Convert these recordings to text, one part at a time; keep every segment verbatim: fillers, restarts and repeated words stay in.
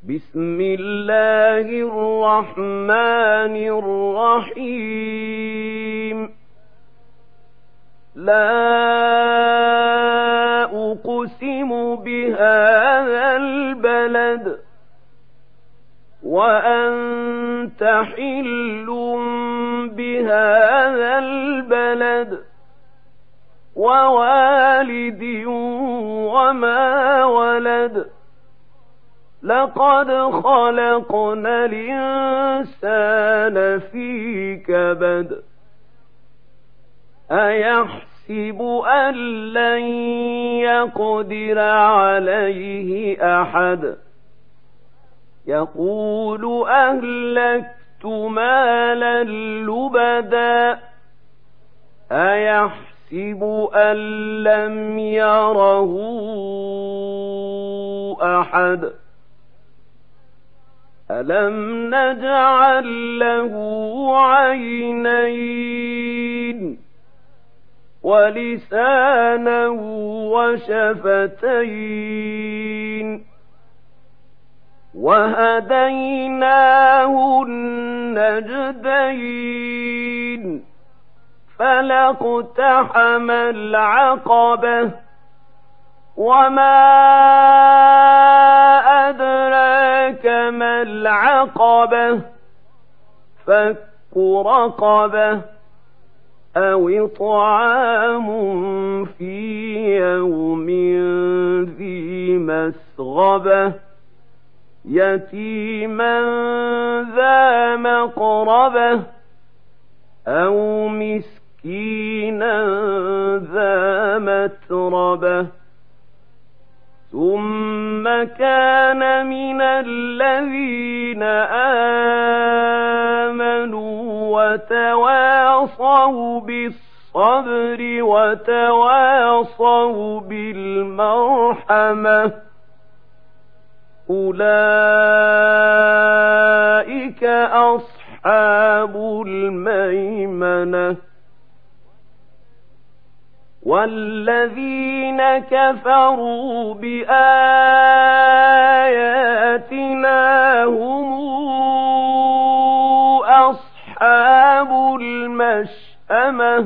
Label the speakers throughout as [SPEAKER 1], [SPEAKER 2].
[SPEAKER 1] بسم الله الرحمن الرحيم لا أقسم بهذا البلد وأنت حل بهذا البلد ووالد وما ولد لقد خلقنا الإنسان في كبد أيحسب أن لن يقدر عليه أحد يقول أهلكت مالا لبدا أيحسب أن لم يره أحد ألم نجعل له عينين ولسانا وشفتين وهديناه النجدين فلاقتحم العقبة وما أدراك ما العقبة فك رقبة أو إطعام في يوم ذي مسغبة يتيما ذا مقربة أو مسكينا ذا متربة ثم كان من الذين آمنوا وتواصوا بالصبر وتواصوا بالمرحمة أولئك أصحاب الميمنة والذين كفروا بآياتنا هم أصحاب المشأمة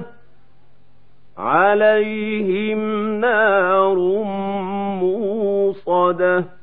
[SPEAKER 1] عليهم نار موصدة